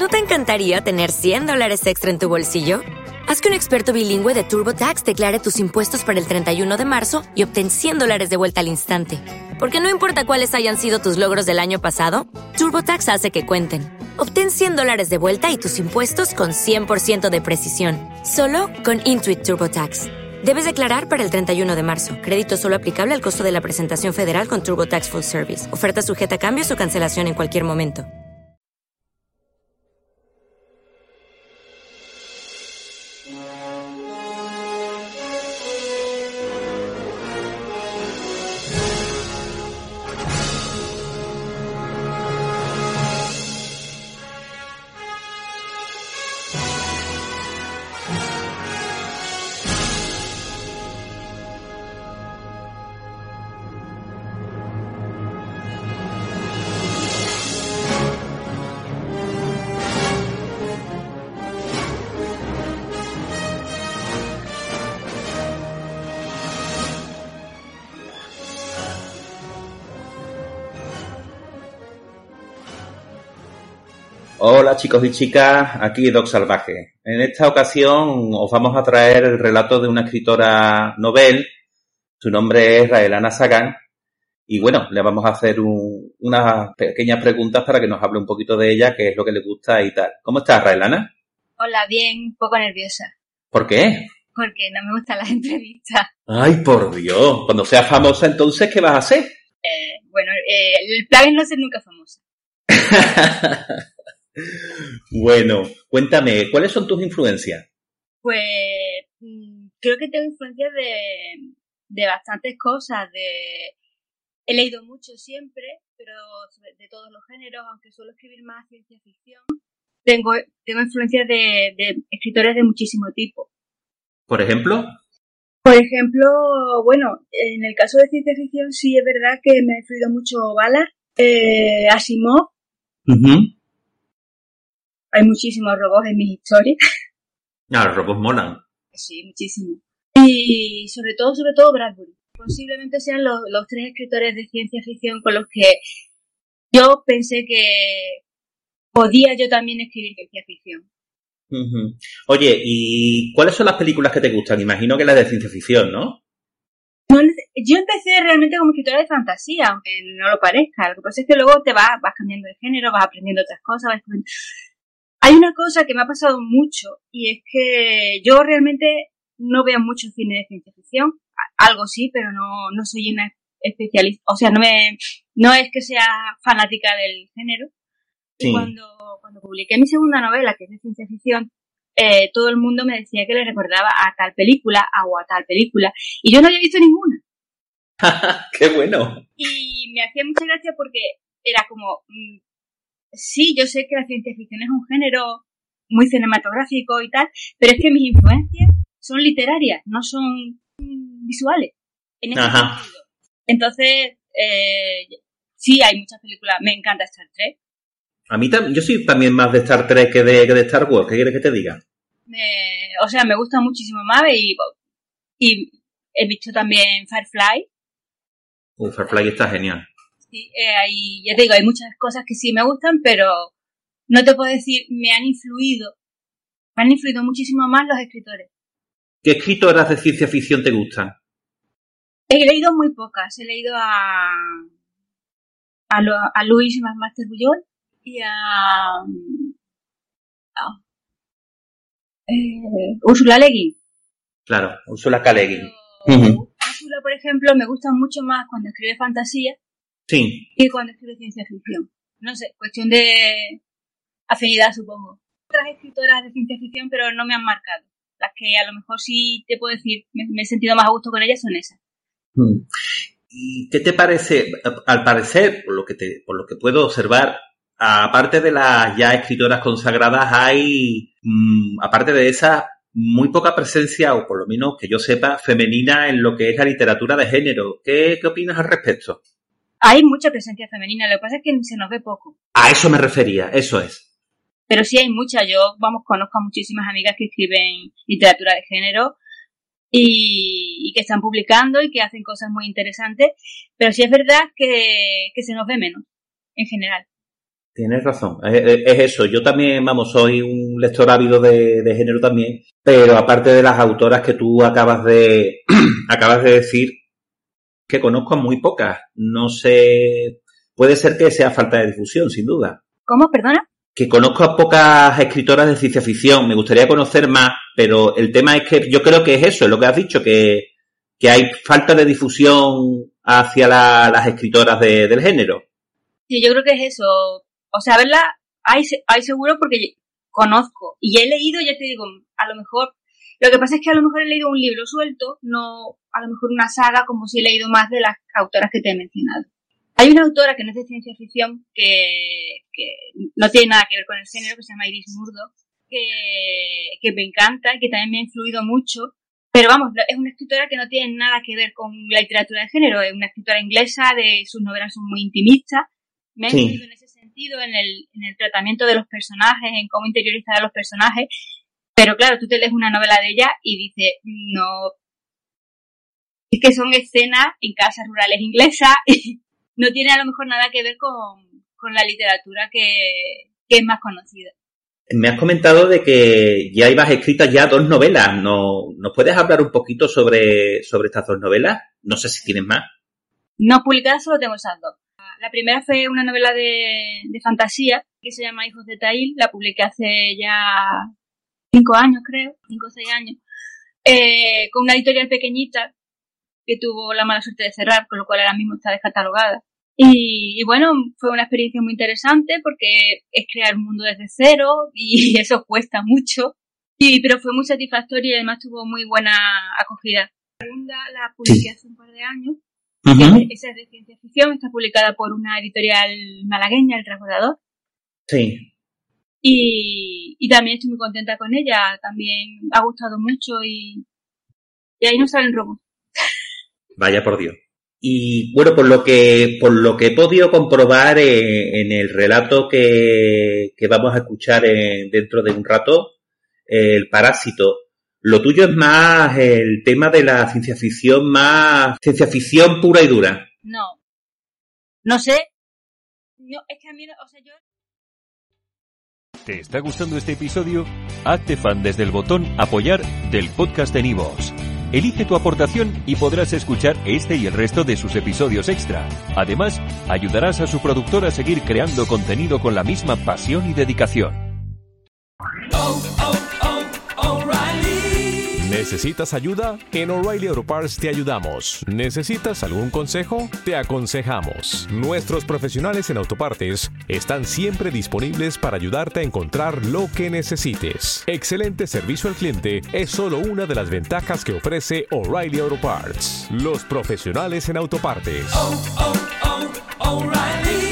¿No te encantaría tener $100 extra en tu bolsillo? Haz que un experto bilingüe de TurboTax declare tus impuestos para el 31 de marzo y obtén $100 de vuelta al instante. Porque no importa cuáles hayan sido tus logros del año pasado, TurboTax hace que cuenten. Obtén $100 de vuelta y tus impuestos con 100% de precisión. Solo con Intuit TurboTax. Debes declarar para el 31 de marzo. Crédito solo aplicable al costo de la presentación federal con TurboTax Full Service. Oferta sujeta a cambios o cancelación en cualquier momento. Hola chicos y chicas, aquí Doc Salvaje. En esta ocasión os vamos a traer el relato de una escritora novel. Su nombre es Raelana Sagán. Y bueno, le vamos a hacer unas pequeñas preguntas para que nos hable un poquito de ella, qué es lo que le gusta y tal. ¿Cómo estás, Raelana? Hola, bien, un poco nerviosa. ¿Por qué? Porque no me gustan las entrevistas. Ay, por Dios. Cuando seas famosa, entonces, ¿qué vas a hacer? El plan es no ser nunca famosa. Bueno, cuéntame, ¿cuáles son tus influencias? Pues creo que tengo influencias de bastantes cosas. He leído mucho siempre, pero de todos los géneros, aunque suelo escribir más ciencia ficción. Tengo influencias de escritores de muchísimo tipo. ¿Por ejemplo? Por ejemplo, bueno, en el caso de ciencia ficción sí es verdad que me ha influido mucho Ballard, Asimov. Uh-huh. Hay muchísimos robots en mis historias. Ah, los robots molan. Sí, muchísimo. Y sobre todo Bradbury. Posiblemente sean los tres escritores de ciencia ficción con los que yo pensé que podía yo también escribir ciencia ficción. Uh-huh. Oye, ¿y cuáles son las películas que te gustan? Imagino que las de ciencia ficción, ¿no? Yo empecé realmente como escritora de fantasía, aunque no lo parezca. Lo que pasa es que luego te vas cambiando de género, vas aprendiendo otras cosas. Hay una cosa que me ha pasado mucho y es que yo realmente no veo mucho cine de ciencia ficción. Algo sí, pero no soy una especialista. O sea, no es que sea fanática del género. Sí. Y cuando publiqué mi segunda novela, que es de ciencia ficción, todo el mundo me decía que le recordaba a tal película o a tal película. Y yo no había visto ninguna. ¡Qué bueno! Y me hacía mucha gracia porque era como... sí, yo sé que la ciencia ficción es un género muy cinematográfico y tal, pero es que mis influencias son literarias, no son visuales. En ese sentido. Entonces, sí, hay muchas películas. Me encanta Star Trek. A mí yo soy también más de Star Trek que de Star Wars. ¿Qué quieres que te diga? Me gusta muchísimo más y he visto también Firefly. Firefly está genial. Sí, ya te digo, hay muchas cosas que sí me gustan, pero no te puedo decir, me han influido muchísimo más los escritores. ¿Qué escritoras de ciencia ficción te gustan? He leído muy pocas. He leído a Louis Master Bujold y a Ursula Le Guin. Claro, Ursula K. Le Guin. Ursula, por ejemplo, me gusta mucho más cuando escribe fantasía. Sí. Que cuando escribe ciencia ficción. No sé, cuestión de afinidad, supongo. Otras escritoras de ciencia ficción, pero no me han marcado. Las que a lo mejor sí te puedo decir, me he sentido más a gusto con ellas son esas. ¿Y qué te parece? Al parecer, por lo que puedo observar, aparte de las ya escritoras consagradas, hay, aparte de esas, muy poca presencia, o por lo menos que yo sepa, femenina en lo que es la literatura de género. ¿Qué opinas al respecto? Hay mucha presencia femenina, lo que pasa es que se nos ve poco. A eso me refería, eso es. Pero sí hay mucha. Yo, conozco a muchísimas amigas que escriben literatura de género y que están publicando y que hacen cosas muy interesantes, pero sí es verdad que se nos ve menos, en general. Tienes razón, es eso. Yo también, soy un lector ávido de género también, pero aparte de las autoras que tú acabas de decir, que conozco muy pocas. No sé, puede ser que sea falta de difusión, sin duda. ¿Cómo? ¿Perdona? Que conozco a pocas escritoras de ciencia ficción, me gustaría conocer más, pero el tema es que yo creo que es eso, es lo que has dicho, que hay falta de difusión hacia las escritoras del género. Sí, yo creo que es eso. O sea, verla, hay seguro porque conozco. Y he leído, ya te digo, a lo mejor... Lo que pasa es que a lo mejor he leído un libro suelto, no a lo mejor una saga, como si he leído más de las autoras que te he mencionado. Hay una autora que no es de ciencia ficción, que no tiene nada que ver con el género, que se llama Iris Murdoch, que me encanta y que también me ha influido mucho. Pero vamos, es una escritora que no tiene nada que ver con la literatura de género. Es una escritora inglesa, sus novelas son muy intimistas. Me ha influido en ese sentido, en el tratamiento de los personajes, en cómo interiorizar a los personajes. Pero claro, tú te lees una novela de ella y dices, no, es que son escenas en casas rurales inglesas y no tiene a lo mejor nada que ver con la literatura que es más conocida. Me has comentado de que ya ibas escritas ya 2 novelas. ¿Nos puedes hablar un poquito sobre estas 2 novelas? No sé si tienes más. No publicadas, solo tengo esas 2. La primera fue una novela de fantasía que se llama Hijos de Tail. La publiqué hace ya 5 años, creo, 5 o 6 años, con una editorial pequeñita que tuvo la mala suerte de cerrar, con lo cual ahora mismo está descatalogada. Y bueno, fue una experiencia muy interesante porque es crear un mundo desde cero y eso cuesta mucho, pero fue muy satisfactorio y además tuvo muy buena acogida. La segunda la publiqué hace un par de años. Uh-huh. Esa es de ciencia ficción, está publicada por una editorial malagueña, El Transbordador. Sí. Y también estoy muy contenta con ella, también ha gustado mucho y ahí no salen robos. Vaya por Dios. Y bueno, por lo que he podido comprobar en el relato que vamos a escuchar dentro de un rato, El Parásito, lo tuyo es más el tema de la ciencia ficción, más ciencia ficción pura y dura. No sé. No, es que a mí, o sea, yo... ¿Te está gustando este episodio? Hazte fan desde el botón Apoyar del podcast de Nivos. Elige tu aportación y podrás escuchar este y el resto de sus episodios extra. Además, ayudarás a su productor a seguir creando contenido con la misma pasión y dedicación. ¿Necesitas ayuda? En O'Reilly Auto Parts te ayudamos. ¿Necesitas algún consejo? Te aconsejamos. Nuestros profesionales en autopartes están siempre disponibles para ayudarte a encontrar lo que necesites. Excelente servicio al cliente es solo una de las ventajas que ofrece O'Reilly Auto Parts. Los profesionales en autopartes. O'Reilly.